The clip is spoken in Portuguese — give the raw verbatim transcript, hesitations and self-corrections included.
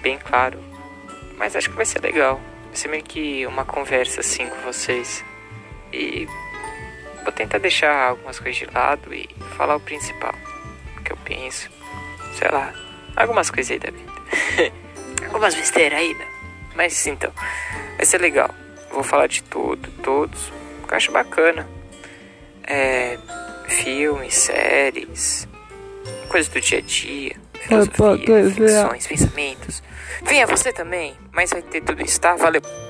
bem claro. Mas acho que vai ser legal. Vai ser meio que uma conversa assim com vocês. E vou tentar deixar algumas coisas de lado e falar o principal. O que eu penso. Sei lá. Algumas coisas aí da vida. Algumas besteiras aí, né? Mas então, vai ser legal. Vou falar de tudo, todos. Eu acho bacana. É, filmes, séries, coisas do dia a dia, filosofia, reflexões, pensamentos. Venha você também, mas vai ter tudo isso, tá? Valeu!